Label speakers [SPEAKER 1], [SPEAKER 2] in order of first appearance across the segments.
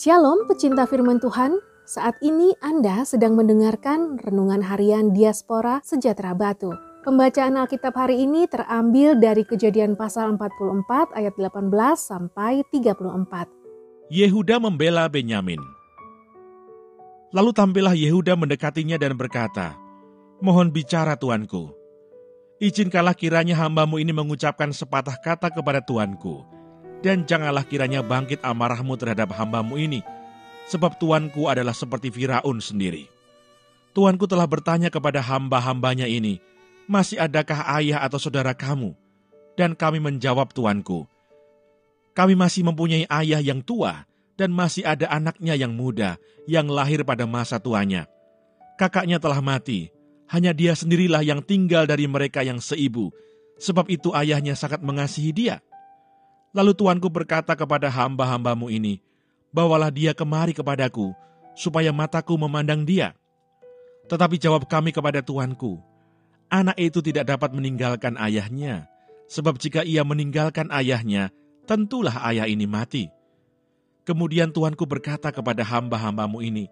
[SPEAKER 1] Shalom pecinta firman Tuhan, saat ini Anda sedang mendengarkan Renungan Harian Diaspora Sejahtera Batu. Pembacaan Alkitab hari ini terambil dari Kejadian pasal 44 ayat 18 sampai 34.
[SPEAKER 2] Yehuda membela Benyamin. Lalu tampillah Yehuda mendekatinya dan berkata, "Mohon bicara tuanku. Izinkanlah kiranya hambamu ini mengucapkan sepatah kata kepada tuanku. Dan janganlah kiranya bangkit amarahmu terhadap hambamu ini, sebab tuanku adalah seperti Firaun sendiri. Tuanku telah bertanya kepada hamba-hambanya ini, masih adakah ayah atau saudara kamu? Dan kami menjawab tuanku, kami masih mempunyai ayah yang tua, dan masih ada anaknya yang muda, yang lahir pada masa tuanya. Kakaknya telah mati, hanya dia sendirilah yang tinggal dari mereka yang seibu, sebab itu ayahnya sangat mengasihi dia. Lalu tuanku berkata kepada hamba-hambamu ini, bawalah dia kemari kepadaku, supaya mataku memandang dia. Tetapi jawab kami kepada tuanku, anak itu tidak dapat meninggalkan ayahnya, sebab jika ia meninggalkan ayahnya, tentulah ayah ini mati. Kemudian tuanku berkata kepada hamba-hambamu ini,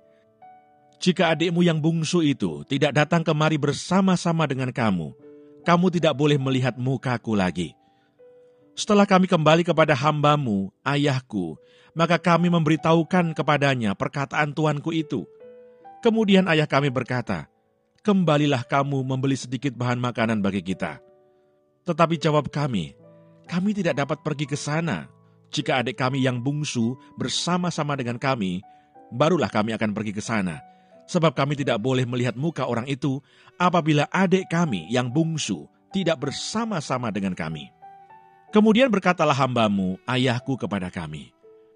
[SPEAKER 2] jika adikmu yang bungsu itu tidak datang kemari bersama-sama dengan kamu, kamu tidak boleh melihat mukaku lagi. Setelah kami kembali kepada hambamu, ayahku, maka kami memberitahukan kepadanya perkataan tuanku itu. Kemudian ayah kami berkata, kembalilah kamu membeli sedikit bahan makanan bagi kita. Tetapi jawab kami tidak dapat pergi ke sana. Jika adik kami yang bungsu bersama-sama dengan kami, barulah kami akan pergi ke sana. Sebab kami tidak boleh melihat muka orang itu apabila adik kami yang bungsu tidak bersama-sama dengan kami. Kemudian berkatalah hambamu, ayahku kepada kami,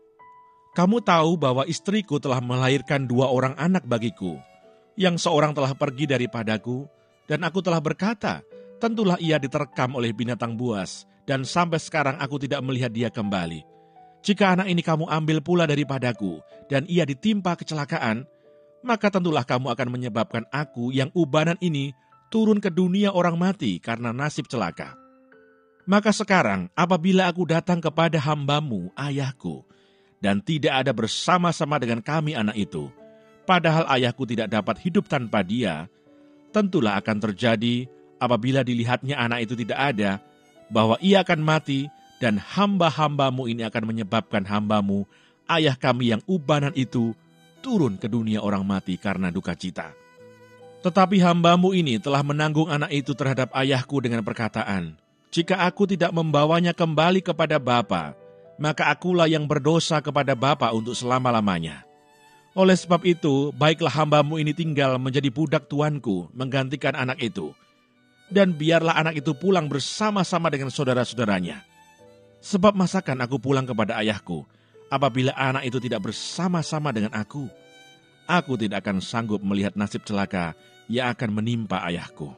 [SPEAKER 2] kamu tahu bahwa istriku telah melahirkan 2 orang anak bagiku, yang seorang telah pergi daripadaku, dan aku telah berkata, tentulah ia diterkam oleh binatang buas, dan sampai sekarang aku tidak melihat dia kembali. Jika anak ini kamu ambil pula daripadaku, dan ia ditimpa kecelakaan, maka tentulah kamu akan menyebabkan aku yang ubanan ini turun ke dunia orang mati karena nasib celaka. Maka sekarang apabila aku datang kepada hambamu, ayahku, dan tidak ada bersama-sama dengan kami anak itu, padahal ayahku tidak dapat hidup tanpa dia, tentulah akan terjadi apabila dilihatnya anak itu tidak ada, bahwa ia akan mati dan hamba-hambamu ini akan menyebabkan hambamu, ayah kami yang ubanan itu, turun ke dunia orang mati karena duka cita. Tetapi hambamu ini telah menanggung anak itu terhadap ayahku dengan perkataan, jika aku tidak membawanya kembali kepada Bapa, maka akulah yang berdosa kepada Bapa untuk selama-lamanya. Oleh sebab itu, baiklah hambamu ini tinggal menjadi budak tuanku menggantikan anak itu. Dan biarlah anak itu pulang bersama-sama dengan saudara-saudaranya. Sebab masakan aku pulang kepada ayahku, apabila anak itu tidak bersama-sama dengan aku? Aku tidak akan sanggup melihat nasib celaka yang akan menimpa ayahku.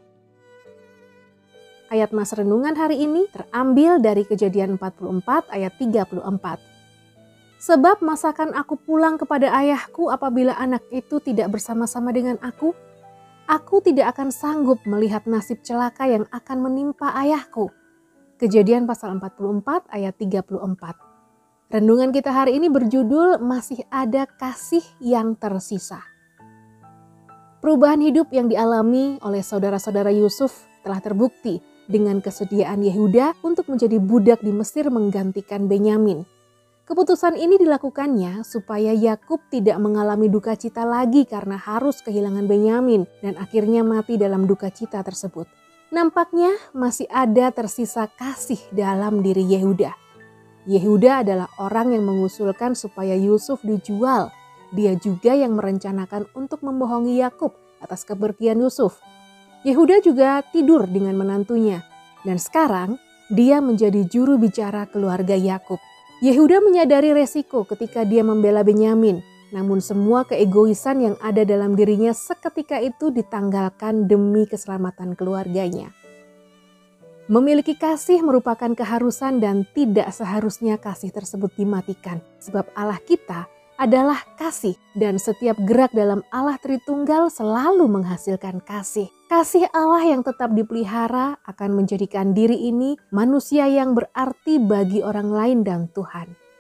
[SPEAKER 1] Ayat Mas Renungan hari ini terambil dari Kejadian 44 ayat 34. Sebab masakan aku pulang kepada ayahku apabila anak itu tidak bersama-sama dengan aku tidak akan sanggup melihat nasib celaka yang akan menimpa ayahku. Kejadian pasal 44 ayat 34. Renungan kita hari ini berjudul Masih Ada Kasih Yang Tersisa. Perubahan hidup yang dialami oleh saudara-saudara Yusuf telah terbukti dengan kesediaan Yehuda untuk menjadi budak di Mesir menggantikan Benyamin. Keputusan ini dilakukannya supaya Yakub tidak mengalami duka cita lagi karena harus kehilangan Benyamin dan akhirnya mati dalam duka cita tersebut. Nampaknya masih ada tersisa kasih dalam diri Yehuda. Yehuda adalah orang yang mengusulkan supaya Yusuf dijual. Dia juga yang merencanakan untuk membohongi Yakub atas kepergian Yusuf. Yehuda juga tidur dengan menantunya, dan sekarang dia menjadi juru bicara keluarga Yakub. Yehuda menyadari resiko ketika dia membela Benyamin, namun semua keegoisan yang ada dalam dirinya seketika itu ditanggalkan demi keselamatan keluarganya. Memiliki kasih merupakan keharusan dan tidak seharusnya kasih tersebut dimatikan, sebab Allah kita adalah kasih dan setiap gerak dalam Allah Tritunggal selalu menghasilkan kasih. Kasih Allah yang tetap dipelihara akan menjadikan diri ini manusia yang berarti bagi orang lain dan Tuhan.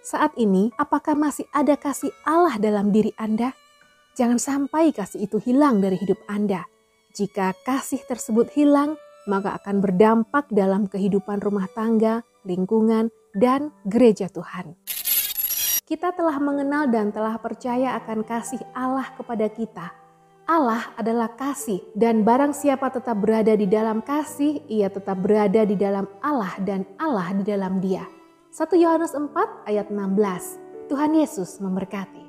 [SPEAKER 1] Saat ini, apakah masih ada kasih Allah dalam diri Anda? Jangan sampai kasih itu hilang dari hidup Anda. Jika kasih tersebut hilang, maka akan berdampak dalam kehidupan rumah tangga, lingkungan, dan gereja Tuhan. Kita telah mengenal dan telah percaya akan kasih Allah kepada kita. Allah adalah kasih, dan barang siapa tetap berada di dalam kasih, ia tetap berada di dalam Allah dan Allah di dalam dia. 1 Yohanes 4 ayat 16. Tuhan Yesus memberkati.